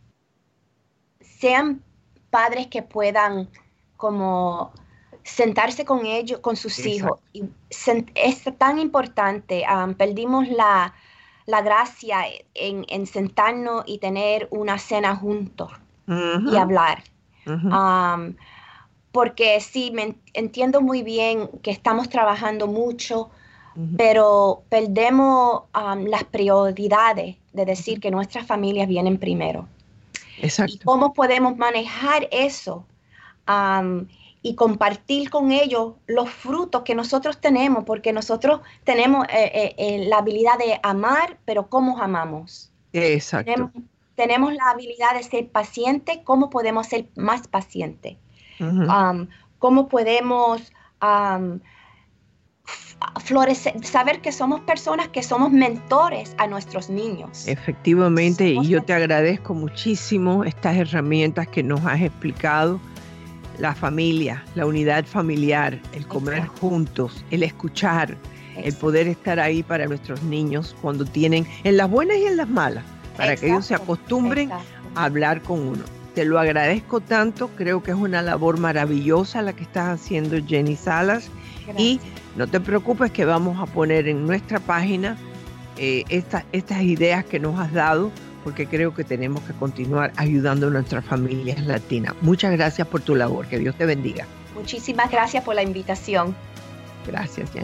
sean padres que puedan como sentarse con ellos, con sus Exacto. hijos. Y es tan importante. Um, perdimos la, la gracia en, en sentarnos y tener una cena juntos uh-huh. y hablar. Uh-huh. Um, porque sí, me entiendo muy bien que estamos trabajando mucho, uh-huh. pero perdemos um, las prioridades de decir uh-huh. que nuestras familias vienen primero. Exacto. Y cómo podemos manejar eso. Um, y compartir con ellos los frutos que nosotros tenemos, porque nosotros tenemos eh, eh, eh, la habilidad de amar, pero ¿cómo amamos? Exacto. Tenemos, tenemos la habilidad de ser paciente, ¿cómo podemos ser más pacientes? Uh-huh. Um, ¿Cómo podemos um, florecer, saber que somos personas que somos mentores a nuestros niños? Efectivamente, somos y yo te agradezco muchísimo estas herramientas que nos has explicado. La familia, la unidad familiar, el comer Exacto. juntos, el escuchar, Exacto. el poder estar ahí para nuestros niños cuando tienen, en las buenas y en las malas, para Exacto. que ellos se acostumbren Exacto. a hablar con uno. Te lo agradezco tanto, creo que es una labor maravillosa la que estás haciendo, Jenny Salas, Gracias. Y no te preocupes que vamos a poner en nuestra página eh, esta, estas ideas que nos has dado, porque creo que tenemos que continuar ayudando a nuestras familias latinas. Muchas gracias por tu labor. Que Dios te bendiga. Muchísimas gracias por la invitación. Gracias, Jenny.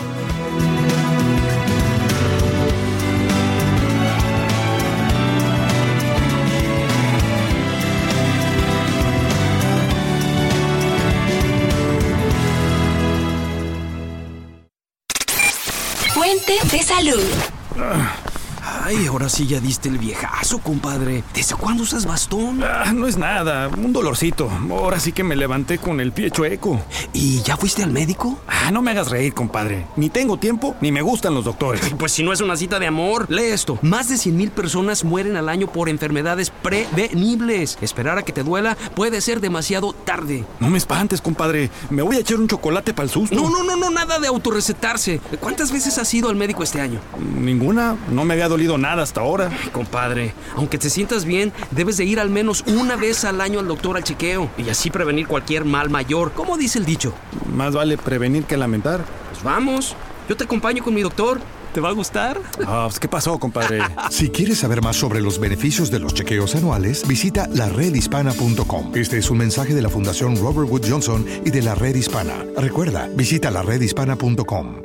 Fuente de salud. Ay, ahora sí ya diste el viejazo, compadre. ¿Desde cuándo usas bastón? Ah, no es nada, un dolorcito. Ahora sí que me levanté con el pie chueco. ¿Y ya fuiste al médico? Ah, no me hagas reír, compadre. Ni tengo tiempo, ni me gustan los doctores. Pues si no es una cita de amor, lee esto. Más de cien mil personas mueren al año por enfermedades prevenibles. Esperar a que te duela puede ser demasiado tarde. No me espantes, compadre. Me voy a echar un chocolate para el susto. No, no, no, no, nada de autorrecetarse. ¿Cuántas veces has ido al médico este año? Ninguna. No me había dolido nada hasta ahora. Ay, compadre, aunque te sientas bien, debes de ir al menos una vez al año al doctor al chequeo y así prevenir cualquier mal mayor. ¿Cómo dice el dicho? Más vale prevenir que lamentar. Pues vamos, yo te acompaño con mi doctor. ¿Te va a gustar? Ah, pues, ¿qué pasó, compadre? Si quieres saber más sobre los beneficios de los chequeos anuales, visita la red hispana punto com. Este es un mensaje de la Fundación Robert Wood Johnson y de la Red Hispana. Recuerda, visita la red hispana punto com.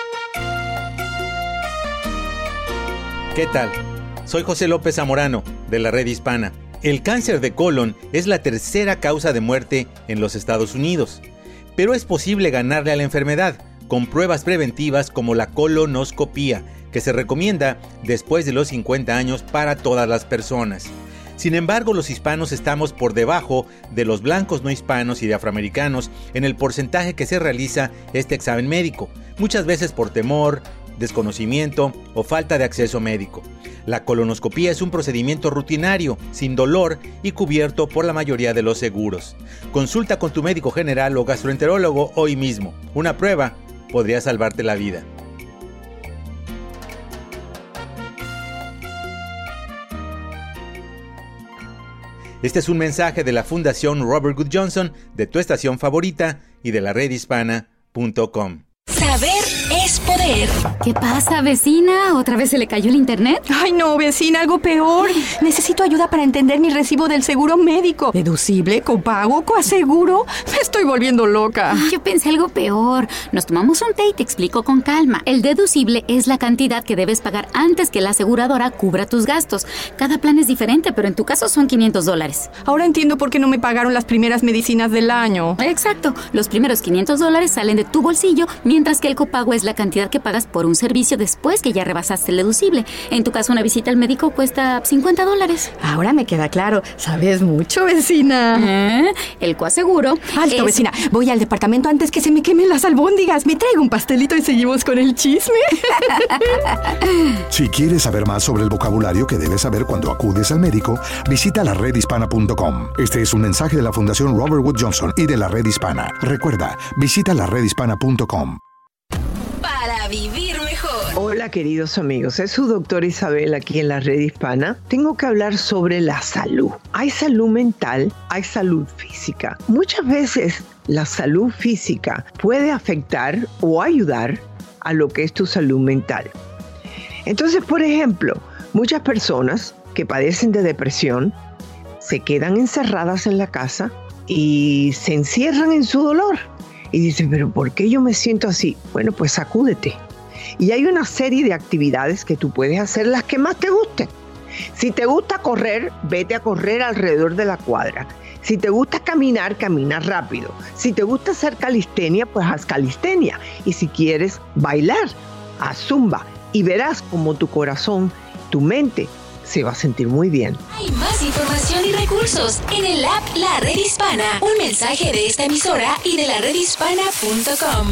¿Qué tal? Soy José López Zamorano, de la Red Hispana. El cáncer de colon es la tercera causa de muerte en los Estados Unidos. Pero es posible ganarle a la enfermedad con pruebas preventivas como la colonoscopía, que se recomienda después de los cincuenta años para todas las personas. Sin embargo, los hispanos estamos por debajo de los blancos no hispanos y de afroamericanos en el porcentaje que se realiza este examen médico, muchas veces por temor, desconocimiento o falta de acceso médico. La colonoscopía es un procedimiento rutinario, sin dolor y cubierto por la mayoría de los seguros. Consulta con tu médico general o gastroenterólogo hoy mismo. Una prueba podría salvarte la vida. Este es un mensaje de la Fundación Robert Wood Johnson, de tu estación favorita y de la red hispana punto com. Saber es poder. ¿Qué pasa, vecina? ¿Otra vez se le cayó el internet? Ay, no, vecina, algo peor. Necesito ayuda para entender mi recibo del seguro médico. ¿Deducible, copago, coaseguro? Me estoy volviendo loca. Yo pensé algo peor. Nos tomamos un té y te explico con calma. El deducible es la cantidad que debes pagar antes que la aseguradora cubra tus gastos. Cada plan es diferente, pero en tu caso son quinientos dólares. Ahora entiendo por qué no me pagaron las primeras medicinas del año. Exacto. Los primeros quinientos dólares salen de tu bolsillo, mientras que el copago es la cantidad que pagas por un servicio después que ya rebasaste el deducible. En tu caso, una visita al médico cuesta cincuenta dólares. Ahora me queda claro. Sabes mucho, vecina. ¿Eh? El coaseguro. Alto, es... vecina. Voy al departamento antes que se me quemen las albóndigas. Me traigo un pastelito y seguimos con el chisme. Si quieres saber más sobre el vocabulario que debes saber cuando acudes al médico, visita la red hispana punto com. Este es un mensaje de la Fundación Robert Wood Johnson y de la Red Hispana. Recuerda, visita la red hispana punto com. Para vivir mejor. Hola, queridos amigos, es su doctora Isabel aquí en la Red Hispana. Tengo que hablar sobre la salud. Hay salud mental, hay salud física. Muchas veces la salud física puede afectar o ayudar a lo que es tu salud mental. Entonces, por ejemplo, muchas personas que padecen de depresión se quedan encerradas en la casa y se encierran en su dolor. Y dicen, ¿pero por qué yo me siento así? Bueno, pues sacúdete. Y hay una serie de actividades que tú puedes hacer, las que más te gusten. Si te gusta correr, vete a correr alrededor de la cuadra. Si te gusta caminar, camina rápido. Si te gusta hacer calistenia, pues haz calistenia. Y si quieres bailar, haz zumba. Y verás como tu corazón, tu mente, se va a sentir muy bien. Hay más información y recursos en el app La Red Hispana. Un mensaje de esta emisora y de la red hispana punto com.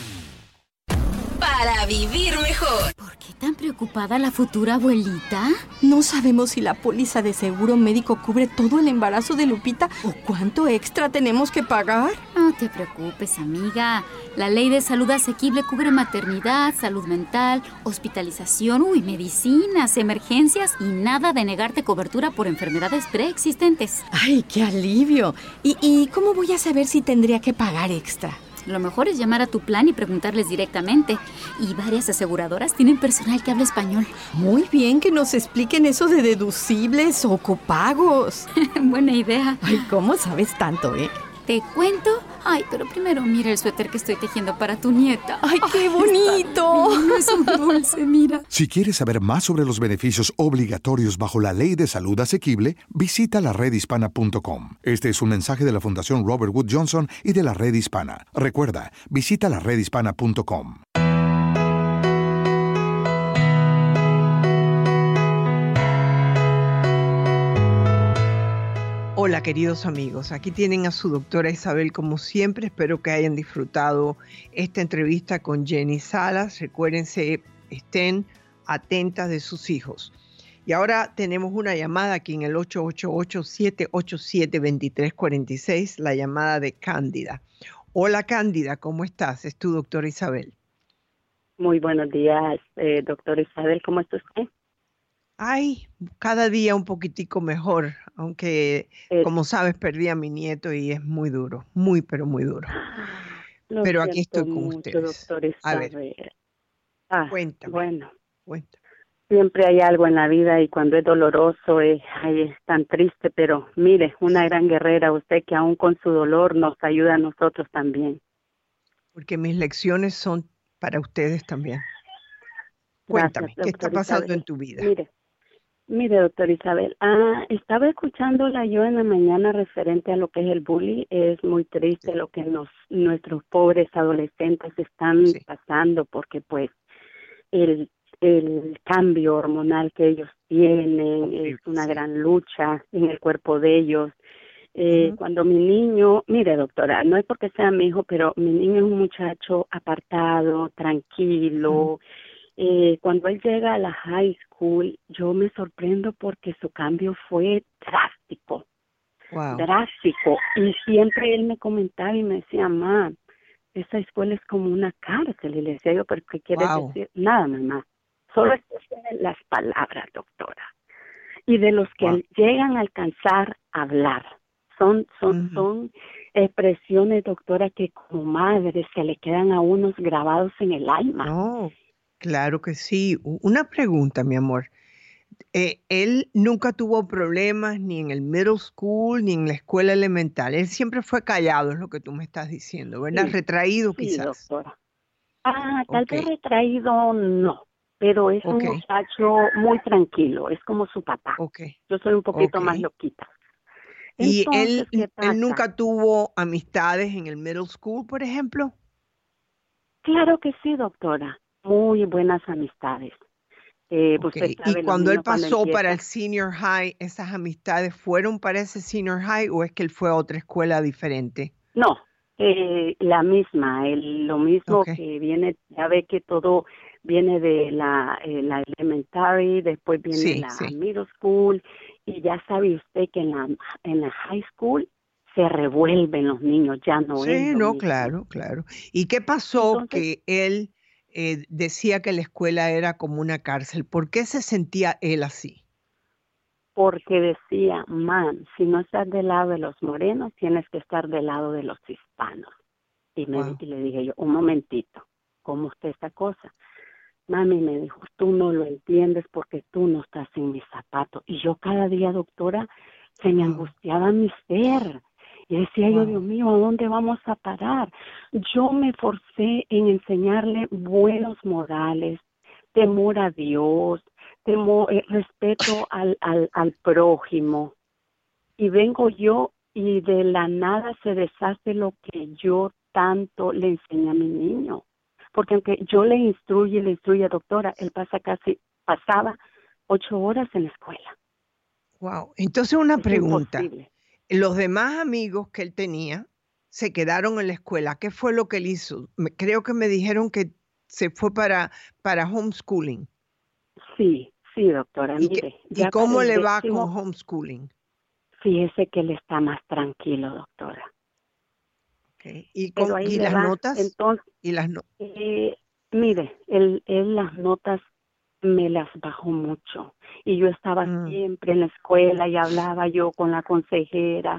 Para vivir mejor. ¿Por qué tan preocupada la futura abuelita? No sabemos si la póliza de seguro médico cubre todo el embarazo de Lupita o cuánto extra tenemos que pagar. No te preocupes, amiga. La ley de salud asequible cubre maternidad, salud mental, hospitalización, uy, medicinas, emergencias y nada de negarte cobertura por enfermedades preexistentes. ¡Ay, qué alivio! ¿Y, y cómo voy a saber si tendría que pagar extra? Lo mejor es llamar a tu plan y preguntarles directamente. Y varias aseguradoras tienen personal que habla español. Muy bien que nos expliquen eso de deducibles o copagos. Buena idea. Ay, ¿cómo sabes tanto, eh? ¿Te cuento? Ay, pero primero mira el suéter que estoy tejiendo para tu nieta. ¡Ay, qué bonito! Es un dulce, mira. Si quieres saber más sobre los beneficios obligatorios bajo la Ley de Salud Asequible, visita la red hispana punto com. Este es un mensaje de la Fundación Robert Wood Johnson y de la Red Hispana. Recuerda, visita la red hispana punto com. Hola queridos amigos, aquí tienen a su doctora Isabel como siempre. Espero que hayan disfrutado esta entrevista con Jenny Salas. Recuérdense, estén atentas de sus hijos. Y ahora tenemos una llamada aquí en el ocho ocho ocho, siete ocho siete, dos tres cuatro seis, la llamada de Cándida. Hola Cándida, ¿cómo estás? Es tu doctora Isabel. Muy buenos días, eh, doctora Isabel, ¿cómo está usted? Ay, cada día un poquitico mejor, aunque Eh, como sabes perdí a mi nieto y es muy duro, muy pero muy duro. Lo Pero aquí siento estoy con mucho, ustedes. doctora A ver, Isabel. Ah, cuéntame. Bueno, cuéntame. siempre hay algo en la vida y cuando es doloroso es, ay, es tan triste, pero mire, una gran guerrera, usted que aún con su dolor nos ayuda a nosotros también. Porque mis lecciones son para ustedes también. Gracias, Cuéntame, ¿qué está doctora pasando Isabel. en tu vida? Mire, mire, doctora Isabel, ah, estaba escuchándola yo en la mañana referente a lo que es el bullying. Es muy triste lo que nos nuestros pobres adolescentes están Sí. pasando porque pues el el cambio hormonal que ellos tienen es una gran lucha en el cuerpo de ellos. Eh, Cuando mi niño, mire doctora, no es porque sea mi hijo, pero mi niño es un muchacho apartado, tranquilo. Eh, cuando él llega a la high school, yo me sorprendo porque su cambio fue drástico, Wow. drástico. Y siempre él me comentaba y me decía, mamá, esa escuela es como una cárcel. Y le decía yo, ¿pero qué quieres Wow. decir? Nada, mamá. Solo escuchen las palabras, doctora. Y de los que Wow. llegan a alcanzar a hablar. Son, son, Ujú. son expresiones, doctora, que como madre se le quedan a unos grabados en el alma. No, claro que sí. U- Una pregunta, mi amor. Eh, él nunca tuvo problemas ni en el middle school ni en la escuela elemental. Él siempre fue callado, es lo que tú me estás diciendo, ¿verdad? Sí, Retraído sí, quizás. doctora. Ah, tal Ok. vez retraído no, pero es Ok. un muchacho muy tranquilo, es como su papá. Ok. Yo soy un poquito Ok. más loquita. ¿Y Entonces, él, ¿qué él pasa? nunca tuvo amistades en el middle school, por ejemplo? Claro que sí, doctora. Muy buenas amistades. Eh, Ok. Usted ¿Y sabe, los cuando él niños cuando pasó para el empiezan. senior high, esas amistades fueron para ese senior high o es que él fue a otra escuela diferente? No, eh, la misma, el, lo mismo Ok. que viene, ya ve que todo viene de la, eh, la elementary, después viene Sí, la sí. middle school, y ya sabe usted que en la, en la high school se revuelven los niños, ya no es Sí, lo no, mismo. claro, claro. ¿Y qué pasó Entonces, que él eh, decía que la escuela era como una cárcel? ¿Por qué se sentía él así? porque decía, man, si no estás del lado de los morenos, tienes que estar del lado de los hispanos. Y, me, Wow. y le dije yo, un momentito, ¿cómo está esta cosa? Mami me dijo, tú no lo entiendes porque tú no estás en mis zapatos. Y yo cada día, doctora, se me Wow. angustiaba mi ser. Y decía yo, Wow. Dios mío, ¿a dónde vamos a parar? Yo me forcé en enseñarle buenos modales, temor a Dios, temor, eh, respeto al, al, al prójimo. Y vengo yo y de la nada se deshace lo que yo tanto le enseñé a mi niño. Porque aunque yo le instruyo y le instruyo, doctora, él pasa casi, pasaba ocho horas en la escuela. Wow. Entonces una Es pregunta. imposible. Los demás amigos que él tenía se quedaron en la escuela. ¿Qué fue lo que él hizo? Me- creo que me dijeron que se fue para, para homeschooling. Sí, sí, doctora, ¿Y, qué- mire, y ya para cómo el le va décimo, con homeschooling? fíjese que él está más tranquilo, doctora. Okay. ¿Y, Pero cómo- ahí y le las va. notas? Entonces, ¿Y las no- eh, mire, él, él las notas me las bajó mucho. Y yo estaba Mm. siempre en la escuela y hablaba yo con la consejera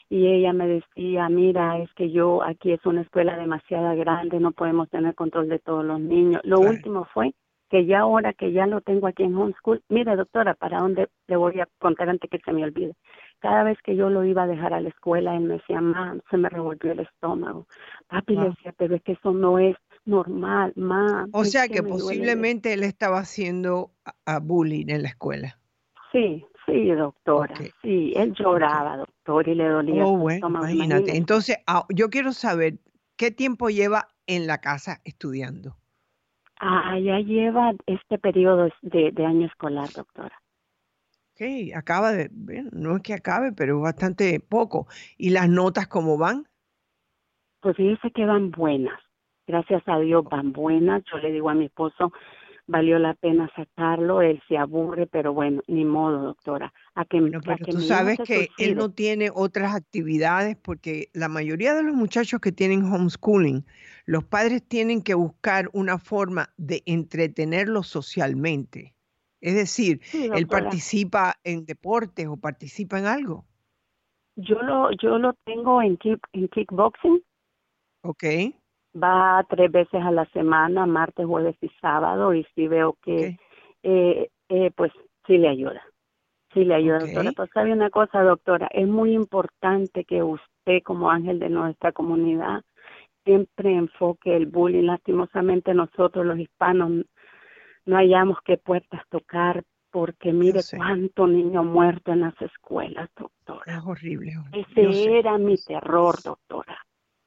y ella me decía, mira, es que yo, aquí es una escuela demasiado grande, no podemos tener control de todos los niños. Lo Claro. último fue que ya ahora que ya lo tengo aquí en homeschool, mire doctora, ¿para dónde le voy a contar antes que se me olvide? Cada vez que yo lo iba a dejar a la escuela, él me decía, mam, se me revolvió el estómago. Papi Wow. le decía, pero es que eso no es normal, mam. O es sea que que me duele el posiblemente él estaba haciendo a, a bullying en la escuela. Sí, sí, doctora, Ok. sí, él lloraba, doctor, y le dolía Oh, su bueno, estómago, imagínate. imagínese. Entonces, ah, yo quiero saber qué tiempo lleva en la casa estudiando. Ah, ya lleva este periodo de, de año escolar, doctora. Ok, acaba de, bueno, no es que acabe, pero bastante poco. ¿Y las notas cómo van? Pues fíjese que van buenas, gracias a Dios van buenas. Yo le digo a mi esposo, valió la pena sacarlo, él se aburre, pero bueno, ni modo, doctora. A que, Bueno, a pero que tú mi hijo sabes se que él suicide. no tiene otras actividades porque la mayoría de los muchachos que tienen homeschooling, los padres tienen que buscar una forma de entretenerlos socialmente. Es decir, Sí, él doctora. participa en deportes o participa en algo. Yo lo, yo lo tengo en, kick, en kickboxing. Ok. Va tres veces a la semana, martes, jueves y sábado, y sí veo que, Ok. eh, eh, pues, sí le ayuda. Sí le ayuda, Ok. doctora. Pero sabe una cosa, doctora, es muy importante que usted, como ángel de nuestra comunidad, siempre enfoque el bullying. Lastimosamente nosotros los hispanos no hallamos qué puertas tocar, porque mire sé. cuánto niño muerto en las escuelas, doctora. Es horrible. es horrible. Ese Yo sé. era mi terror, doctora.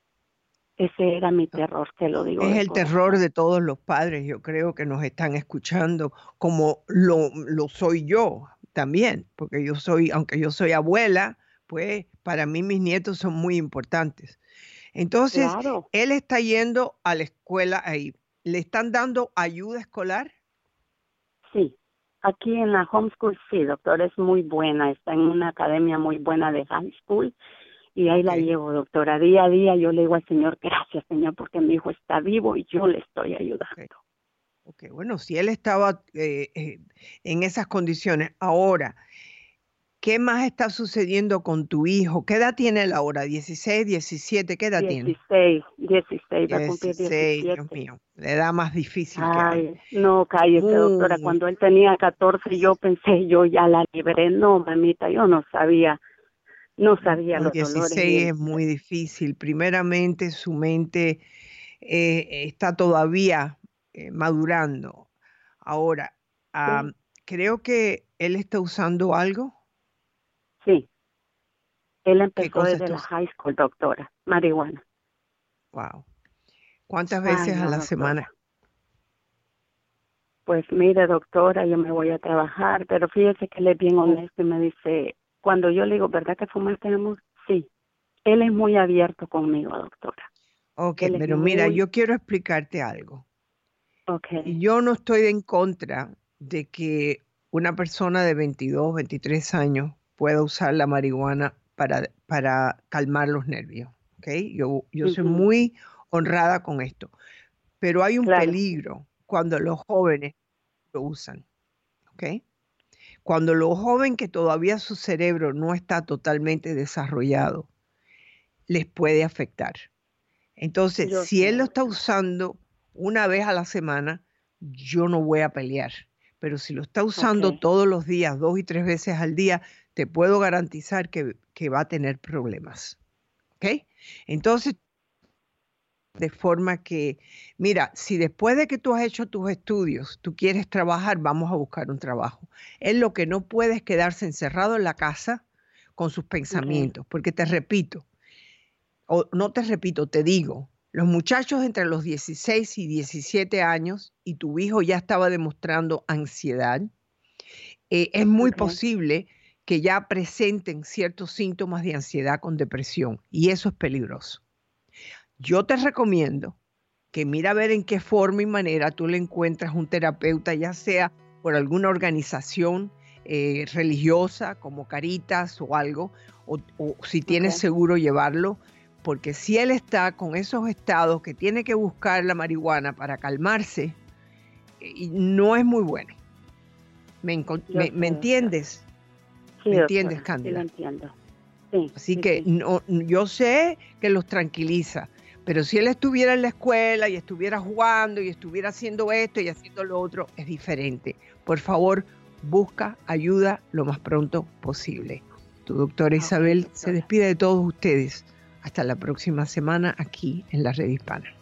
Ese era mi terror, te lo digo Es de el corazón. terror de todos los padres, yo creo que nos están escuchando, como lo, lo soy yo también, porque yo soy, aunque yo soy abuela, pues para mí mis nietos son muy importantes. Entonces, Claro. él está yendo a la escuela ahí. ¿Le están dando ayuda escolar? Sí, aquí en la homeschool sí, doctora, es muy buena, está en una academia muy buena de high school y ahí la Ok. llevo, doctora. Día a día yo le digo al Señor, gracias, Señor, porque mi hijo está vivo y yo le estoy ayudando. Ok, bueno, si él estaba eh, eh, en esas condiciones, ahora, ¿qué más está sucediendo con tu hijo? ¿Qué edad tiene él ahora? ¿dieciséis, diecisiete? ¿Qué edad tiene? dieciséis, dieciséis, va a cumplir dieciséis, Dios diecisiete. mío, la edad más difícil que hay. Ay, no, cállese, doctora. Muy, Cuando él tenía catorce, yo pensé, yo ya la libré. No, mamita, yo no sabía, no sabía con los dolores. Y dieciséis él, es muy difícil. Primeramente, su mente eh, está todavía eh, madurando. Ahora, ah, sí, creo que él está usando algo. sí, él ¿Qué empezó cosa desde está la usando? high school, doctora, marihuana. Wow. ¿Cuántas Ay, veces a no, la doctora. semana? Pues mire, doctora, yo me voy a trabajar, pero fíjese que él es bien honesto y me dice, cuando yo le digo, ¿verdad que fumaste, amor? Sí. Él es muy abierto conmigo, doctora. Ok, Él es pero mira, muy, yo quiero explicarte algo. okay, Yo no estoy en contra de que una persona de veintidós, veintitrés años pueda usar la marihuana para, para calmar los nervios. ¿Ok? Yo, yo soy ujú, muy honrada con esto. Pero hay un claro, peligro cuando los jóvenes lo usan. ¿Ok? Cuando los jóvenes que todavía su cerebro no está totalmente desarrollado, les puede afectar. Entonces, yo si sé, él lo está doctora. usando una vez a la semana, yo no voy a pelear. Pero si lo está usando Okay, todos los días, dos y tres veces al día, te puedo garantizar que, que va a tener problemas. ¿Ok? Entonces, de forma que, mira, si después de que tú has hecho tus estudios, tú quieres trabajar, vamos a buscar un trabajo. Él lo que no puede es quedarse encerrado en la casa con sus pensamientos, porque te repito, o no te repito, te digo, los muchachos entre los dieciséis y diecisiete años y tu hijo ya estaba demostrando ansiedad, eh, es muy okay, posible que ya presenten ciertos síntomas de ansiedad con depresión y eso es peligroso. Yo te recomiendo que mira a ver en qué forma y manera tú le encuentras un terapeuta, ya sea por alguna organización eh, religiosa como Caritas o algo, o, o si tienes okay. seguro llevarlo, porque si él está con esos estados que tiene que buscar la marihuana para calmarse, eh, no es muy bueno. ¿Me, Yo me, sé, me doctora. entiendes? Sí, ¿Me doctora, entiendes, sí lo Cándida? entiendo. Sí, Así sí, que sí. no, yo sé que los tranquiliza, pero si él estuviera en la escuela y estuviera jugando y estuviera haciendo esto y haciendo lo otro, es diferente. Por favor, busca ayuda lo más pronto posible. Tu doctora Isabel se despide de todos ustedes. Hasta la próxima semana aquí en la Red Hispana.